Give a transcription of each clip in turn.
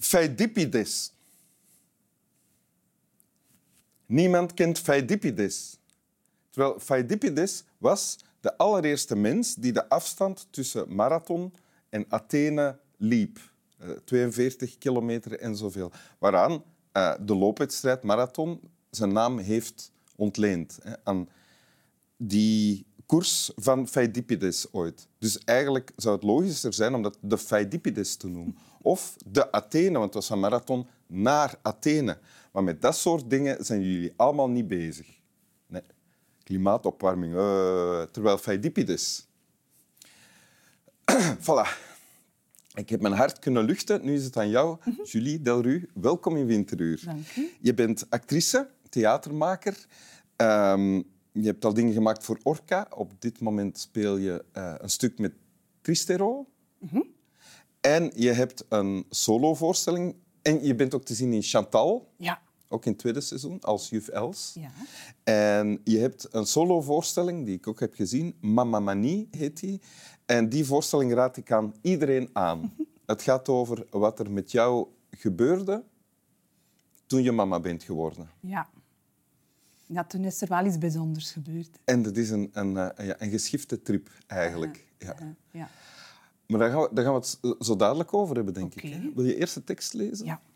Pheidippides. Niemand kent Pheidippides. Terwijl Pheidippides was de allereerste mens die de afstand tussen Marathon en Athene liep. 42 kilometer en zoveel. Waaraan de loopwedstrijd Marathon zijn naam heeft ontleend. Aan die koers van Pheidippides ooit. Dus eigenlijk zou het logischer zijn om dat de Pheidippides te noemen. Of de Athene, want het was van Marathon naar Athene. Maar met dat soort dingen zijn jullie allemaal niet bezig. Nee. Klimaatopwarming. Terwijl Pheidippides... Voilà. Ik heb mijn hart kunnen luchten. Nu is het aan jou, Julie Delru. Welkom in Winteruur. Dank u. Je bent actrice, theatermaker. Je hebt al dingen gemaakt voor Orca. Op dit moment speel je een stuk met Tristero. En je hebt een solovoorstelling. En je bent ook te zien in Chantal. Ja. Ook in het tweede seizoen, als juf Els. Ja. En je hebt een solovoorstelling die ik ook heb gezien. Mamma Manie heet die. En die voorstelling raad ik aan iedereen aan. Het gaat over wat er met jou gebeurde toen je mama bent geworden. Ja. Ja, toen is er wel iets bijzonders gebeurd. En dat is een geschifte trip, eigenlijk. Ja. Ja. Maar daar gaan we het zo dadelijk over hebben, denk Oké. ik. Hè? Wil je eerst de tekst lezen? Ja.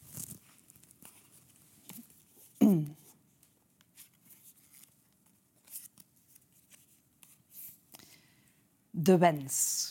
De wens.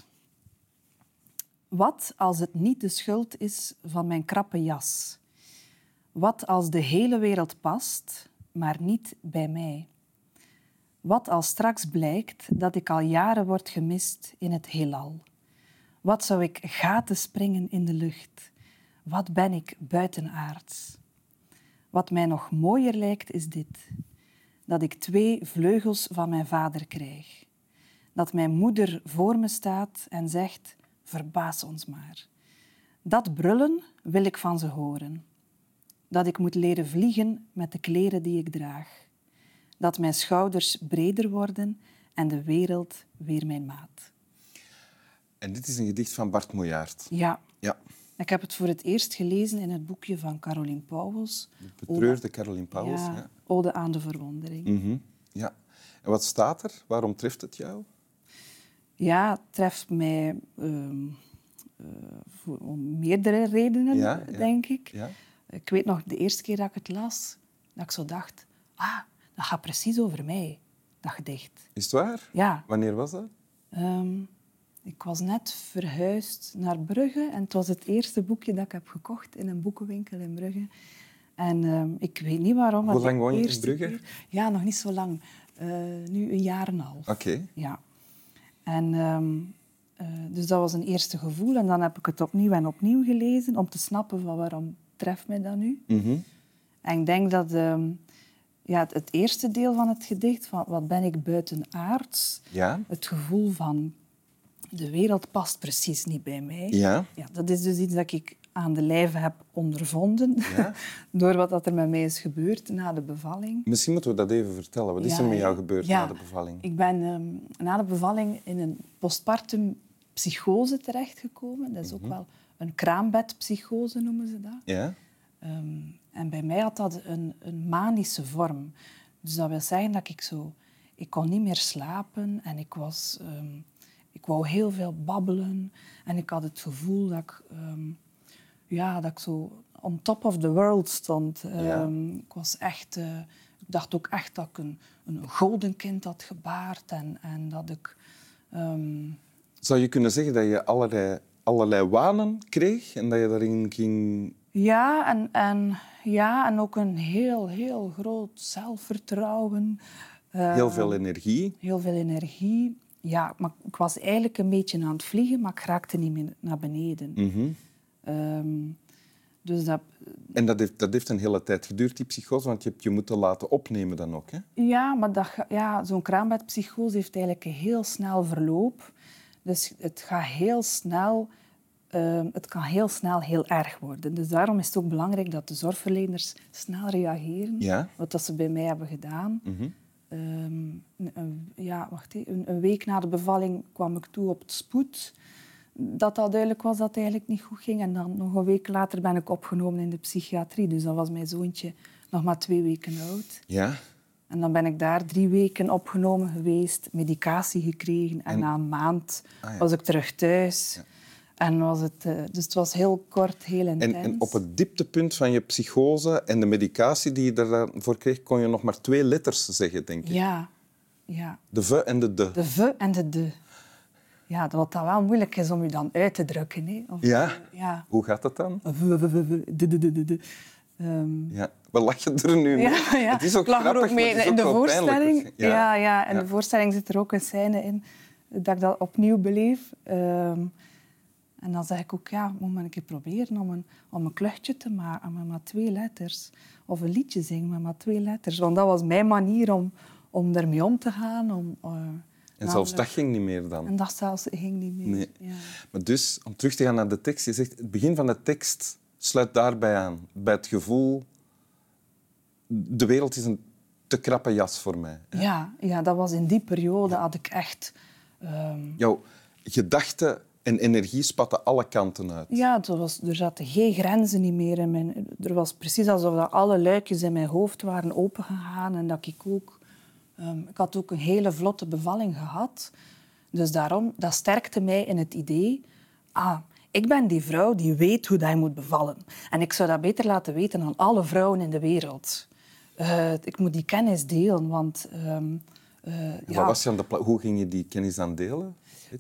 Wat als het niet de schuld is van mijn krappe jas? Wat als de hele wereld past, maar niet bij mij? Wat als straks blijkt dat ik al jaren word gemist in het heelal? Wat zou ik gaten springen in de lucht? Wat ben ik buitenaards? Wat mij nog mooier lijkt is dit: dat ik 2 vleugels van mijn vader krijg. Dat mijn moeder voor me staat en zegt: verbaas ons maar. Dat brullen wil ik van ze horen. Dat ik moet leren vliegen met de kleren die ik draag. Dat mijn schouders breder worden en de wereld weer mijn maat. En dit is een gedicht van Bart Moejaert. Ja. Ja. Ik heb het voor het eerst gelezen in het boekje van Caroline Pauwels. De betreurde Caroline Pauwels. Ja, Ja. Ode aan de verwondering. Ja. En wat staat er? Waarom treft het jou? Ja, het treft mij om meerdere redenen, denk ik. Ja. Ik weet nog de eerste keer dat ik het las, dat ik zo dacht, dat gaat precies over mij, dat gedicht. Is het waar? Ja. Wanneer was dat? Ik was net verhuisd naar Brugge en het was het eerste boekje dat ik heb gekocht in een boekenwinkel in Brugge. En ik weet niet waarom. Hoe lang woon je in Brugge? Ja, nog niet zo lang. Nu 1,5 jaar. Oké. Ja. En dus dat was een eerste gevoel. En dan heb ik het opnieuw en opnieuw gelezen om te snappen van waarom treft mij dat nu. En ik denk dat het eerste deel van het gedicht, van wat ben ik buitenaards, het gevoel van de wereld past precies niet bij mij. Ja. Ja, dat is dus iets dat ik aan de lijve heb ondervonden door wat er met mij is gebeurd na de bevalling. Misschien moeten we dat even vertellen. Wat is er met jou gebeurd na de bevalling? Ik ben na de bevalling in een postpartum psychose terechtgekomen. Dat is ook wel een kraambedpsychose, noemen ze dat. Ja. En bij mij had dat een manische vorm. Dus dat wil zeggen dat ik kon niet meer slapen en ik wou heel veel babbelen. En ik had het gevoel dat ik zo on top of the world stond. Ik was echt... Ik dacht ook echt dat ik een golden kind had gebaard en dat ik... Zou je kunnen zeggen dat je allerlei wanen kreeg en dat je daarin ging... Ja, en ook een heel, heel groot zelfvertrouwen. Heel veel energie. Heel veel energie. Ja, maar ik was eigenlijk een beetje aan het vliegen, maar ik raakte niet meer naar beneden. Dus en dat heeft een hele tijd geduurd, die psychose, want je hebt je moeten laten opnemen dan ook, hè? Ja, maar zo'n kraambedpsychose heeft eigenlijk een heel snel verloop. Dus het gaat heel snel... het kan heel snel heel erg worden. Dus daarom is het ook belangrijk dat de zorgverleners snel reageren. Wat dat ze bij mij hebben gedaan. Een week na de bevalling kwam ik toe op het spoed. dat al duidelijk was dat het eigenlijk niet goed ging. En dan nog een week later ben ik opgenomen in de psychiatrie. Dus dan was mijn zoontje nog maar 2 weken oud. Ja? En dan ben ik daar 3 weken opgenomen geweest, medicatie gekregen. En na een maand was ik terug thuis. Ja. En was het, dus het was heel kort, heel intens. En op het dieptepunt van je psychose en de medicatie die je daarvoor kreeg, kon je nog maar 2 letters zeggen, denk ik. Ja. De V en de D. De V en de D. Ja, wat dat wel moeilijk is om je dan uit te drukken. Hè. Of, ja? Hoe gaat dat dan? Ja. We lachen er nu mee. Ja. Het is ook ik lach grappig, er ook mee maar het is in de ook voorstelling. Ja. In de voorstelling zit er ook een scène in dat ik dat opnieuw beleef. En dan zeg ik ook, moet maar een keer proberen om een kluchtje te maken met maar 2 letters. Of een liedje zingen met maar 2 letters. Want dat was mijn manier om ermee om te gaan. En zelfs dat ging niet meer dan? En dat zelfs ging niet meer. Nee. Ja. Maar dus, om terug te gaan naar de tekst, je zegt, het begin van de tekst sluit daarbij aan. Bij het gevoel, de wereld is een te krappe jas voor mij. Ja, dat was in die periode had ik echt... Jouw gedachten en energie spatten alle kanten uit. Ja, er zaten geen grenzen niet meer in mijn... Er was precies alsof dat alle luikjes in mijn hoofd waren opengegaan en dat ik ook... ik had ook een hele vlotte bevalling gehad. Dus daarom, dat sterkte mij in het idee... ik ben die vrouw die weet hoe je moet bevallen. En ik zou dat beter laten weten aan alle vrouwen in de wereld. Ik moet die kennis delen, want... Hoe ging je die kennis dan delen?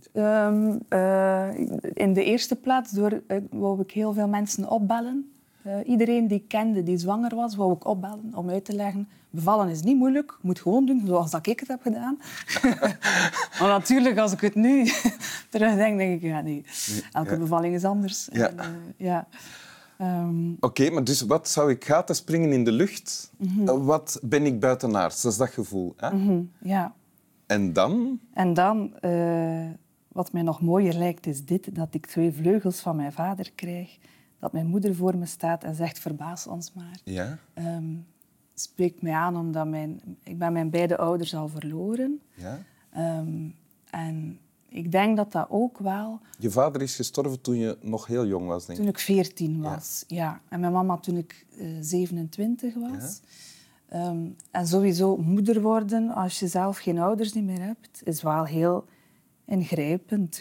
In de eerste plaats wou ik heel veel mensen opbellen. Iedereen die ik kende die zwanger was, wou ik opbellen om uit te leggen. Bevallen is niet moeilijk, je moet gewoon doen zoals dat ik het heb gedaan. Maar natuurlijk, als ik het nu terugdenk, denk ik, nee. Elke bevalling is anders. Ja. Oké, maar dus wat zou ik gaten springen in de lucht? Wat ben ik buitenaards? Dat is dat gevoel. Hè? Ja. En dan? En dan, wat mij nog mooier lijkt, is dit. Dat ik 2 vleugels van mijn vader krijg. Dat mijn moeder voor me staat en zegt, verbaas ons maar. Ja. Spreekt mij aan omdat ik ben mijn beide ouders al verloren. Ja. En ik denk dat dat ook wel... Je vader is gestorven toen je nog heel jong was, denk ik. Toen ik 14 was, ja. En mijn mama toen ik 27 was. Ja. En sowieso moeder worden, als je zelf geen ouders niet meer hebt, is wel heel ingrijpend.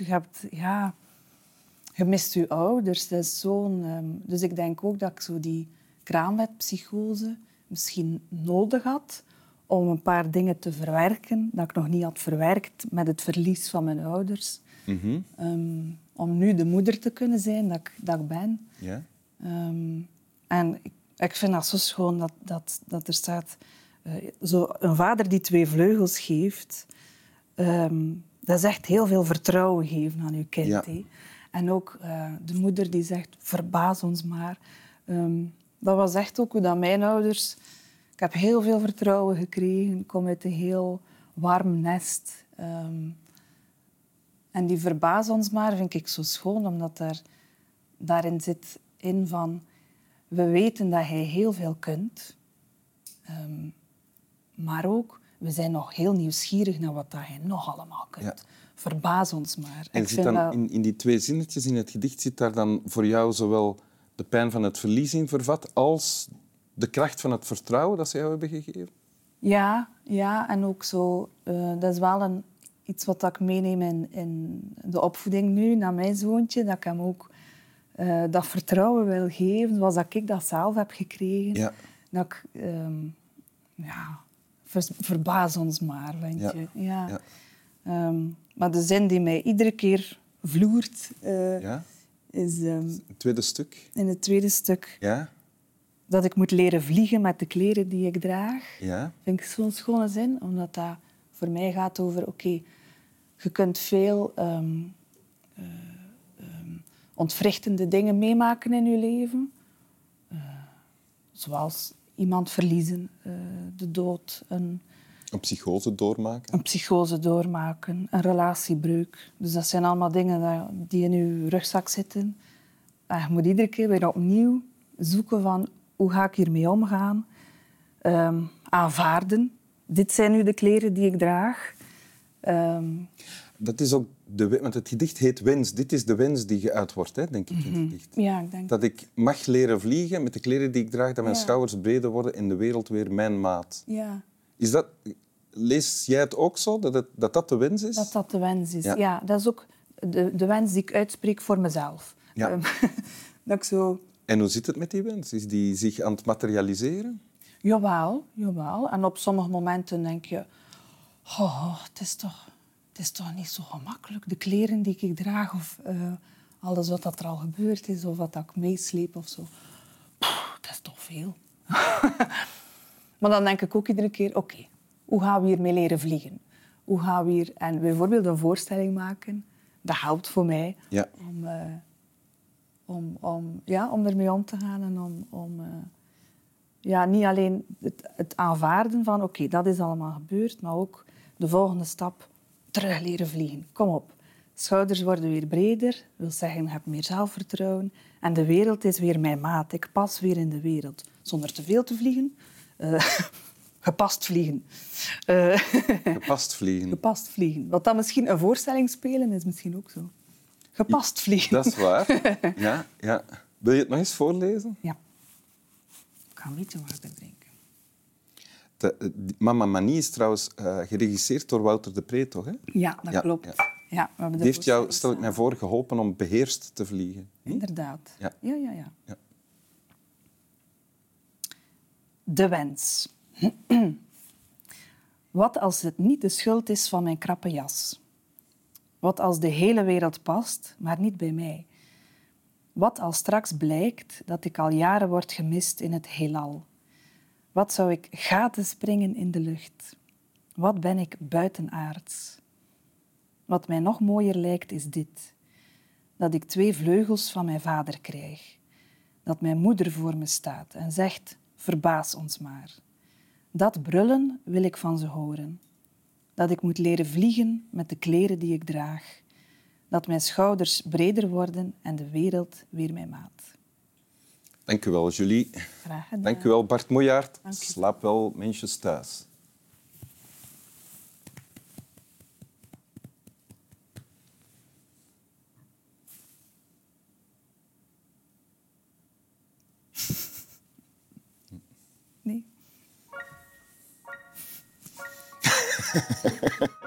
Je mist je ouders. Dat is dus ik denk ook dat ik zo die kraamwetpsychose misschien nodig had om een paar dingen te verwerken dat ik nog niet had verwerkt met het verlies van mijn ouders. Om nu de moeder te kunnen zijn dat ik ben. Ja. En ik vind dat zo schoon dat er staat... zo een vader die 2 vleugels geeft, dat is echt heel veel vertrouwen geven aan je kind. Ja. En ook de moeder die zegt, verbaas ons maar. Dat was echt ook hoe dat mijn ouders... Ik heb heel veel vertrouwen gekregen. Ik kom uit een heel warm nest. En die verbaas ons maar vind ik zo schoon, omdat daarin zit in van... We weten dat jij heel veel kunt. Maar ook, we zijn nog heel nieuwsgierig naar wat dat jij nog allemaal kunt. Ja. Verbaas ons maar. En zit dan in die 2 zinnetjes in het gedicht, zit daar dan voor jou zowel de pijn van het verlies in vervat als de kracht van het vertrouwen dat ze jou hebben gegeven? Ja, en ook zo... dat is wel iets wat ik meeneem in de opvoeding nu, naar mijn zoontje. Dat ik hem ook dat vertrouwen wil geven, zoals dat ik dat zelf heb gekregen. Ja. Dat ik... verbaas ons maar, vind je. Ja. Maar de zin die mij iedere keer vloert... is... het tweede stuk? In het tweede stuk. Ja? Dat ik moet leren vliegen met de kleren die ik draag. Ja. Vind ik zo'n schone zin, omdat dat voor mij gaat over... je kunt veel ontwrichtende dingen meemaken in je leven. Zoals iemand verliezen, de dood, een psychose doormaken. Een psychose doormaken, een relatiebreuk. Dus dat zijn allemaal dingen die in je rugzak zitten. En je moet iedere keer weer opnieuw zoeken van hoe ga ik hiermee omgaan. Aanvaarden. Dit zijn nu de kleren die ik draag. dat is ook want het gedicht heet Wens. Dit is de wens die geuit wordt, hè, denk ik, in het gedicht. Ja, ik denk Dat ik mag leren vliegen met de kleren die ik draag, dat mijn schouders breder worden en de wereld weer mijn maat. Ja. Lees jij het ook zo, dat de wens is? Dat de wens is, ja. Dat is ook de wens die ik uitspreek voor mezelf. Ja. Dat ik zo... En hoe zit het met die wens? Is die zich aan het materialiseren? Jawel, jawel. En op sommige momenten denk je... het is toch niet zo gemakkelijk. De kleren die ik draag of alles wat er al gebeurd is of wat ik meesleep of zo. Dat is toch veel. Maar dan denk ik ook iedere keer... Oké, hoe gaan we hiermee leren vliegen? Hoe gaan we hier... En bijvoorbeeld een voorstelling maken. Dat helpt voor mij om ermee om te gaan en niet alleen het aanvaarden van oké, dat is allemaal gebeurd, maar ook de volgende stap, terug leren vliegen. Kom op. Schouders worden weer breder, dat wil zeggen, ik heb meer zelfvertrouwen en de wereld is weer mijn maat. Ik pas weer in de wereld. Zonder te veel te vliegen. Gepast vliegen. Gepast vliegen. Gepast vliegen. Wat dan misschien een voorstelling spelen is misschien ook zo. Gepast vliegen. Dat is waar. Ja. Wil je het nog eens voorlezen? Ja. Ik ga een beetje water drinken. Mama Manie is trouwens geregisseerd door Wouter de Pre, toch? Hè? Ja, dat klopt. Ja. Ja, we hebben Die heeft jou, stel ik mij voor, geholpen om beheerst te vliegen. Inderdaad. Ja. Ja. De wens. Wat als het niet de schuld is van mijn krappe jas? Wat als de hele wereld past, maar niet bij mij? Wat als straks blijkt dat ik al jaren word gemist in het heelal? Wat zou ik gaten springen in de lucht? Wat ben ik buitenaards? Wat mij nog mooier lijkt is dit. Dat ik 2 vleugels van mijn vader krijg. Dat mijn moeder voor me staat en zegt, verbaas ons maar. Dat brullen wil ik van ze horen. Dat ik moet leren vliegen met de kleren die ik draag. Dat mijn schouders breder worden en de wereld weer mijn maat. Dank u wel, Julie. Graag gedaan. Dank u wel, Bart Moejaert. Dank u. Slaap wel, mensjes thuis. Nee.